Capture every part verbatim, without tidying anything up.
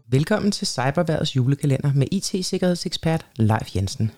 Velkommen til Cyberværdets julekalender med I T-sikkerhedsekspert Leif Jensen.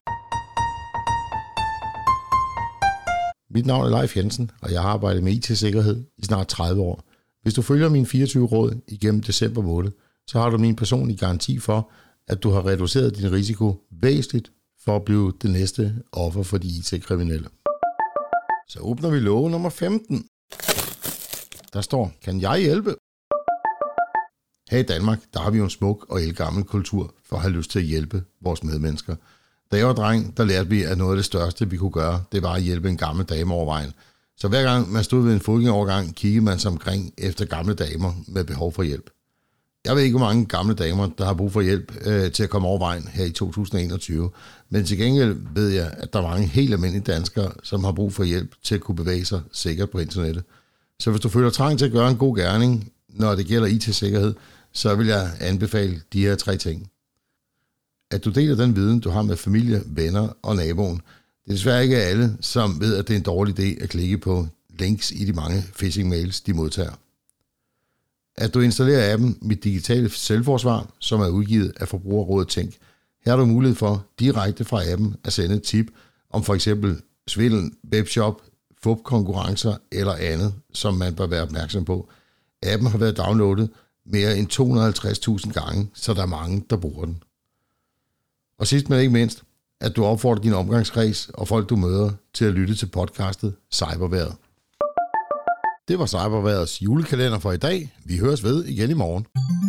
Mit navn er Leif Jensen, og jeg har arbejdet med I T-sikkerhed i snart tredive år. Hvis du følger mine fireogtyve råd igennem december måned, så har du min personlige garanti for, at du har reduceret din risiko væsentligt for at blive det næste offer for de I T-kriminelle. Så åbner vi låge nummer femten. Der står, kan jeg hjælpe? Her i Danmark, der har vi jo en smuk og ældgammel kultur for at have lyst til at hjælpe vores medmennesker. Da jeg var dreng, der lærte vi, at noget af det største, vi kunne gøre, det var at hjælpe en gammel dame over vejen. Så hver gang man stod ved en fodgængerovergang, kiggede man sig omkring efter gamle damer med behov for hjælp. Jeg ved ikke, hvor mange gamle damer, der har brug for hjælp øh, til at komme over vejen her i to tusind og enogtyve. Men til gengæld ved jeg, at der er mange helt almindelige danskere, som har brug for hjælp til at kunne bevæge sig sikkert på internettet. Så hvis du føler trang til at gøre en god gerning, når det gælder I T-sikkerhed, så vil jeg anbefale de her tre ting. At du deler den viden, du har med familie, venner og naboen. Det er desværre ikke alle, som ved, at det er en dårlig idé at klikke på links i de mange phishing-mails, de modtager. At du installerer appen Mit Digitale Selvforsvar, som er udgivet af Forbrugerrådet Tænk. Her har du mulighed for direkte fra appen at sende et tip om for eksempel svindel, webshop, fup-konkurrencer eller andet, som man bør være opmærksom på. Appen har været downloadet mere end to hundrede og halvtreds tusind gange, så der er mange, der bruger den. Og sidst men ikke mindst, at du opfordrer din omgangskreds og folk, du møder, til at lytte til podcastet Cyberværet. Det var Cyberværdets julekalender for i dag. Vi høres ved igen i morgen.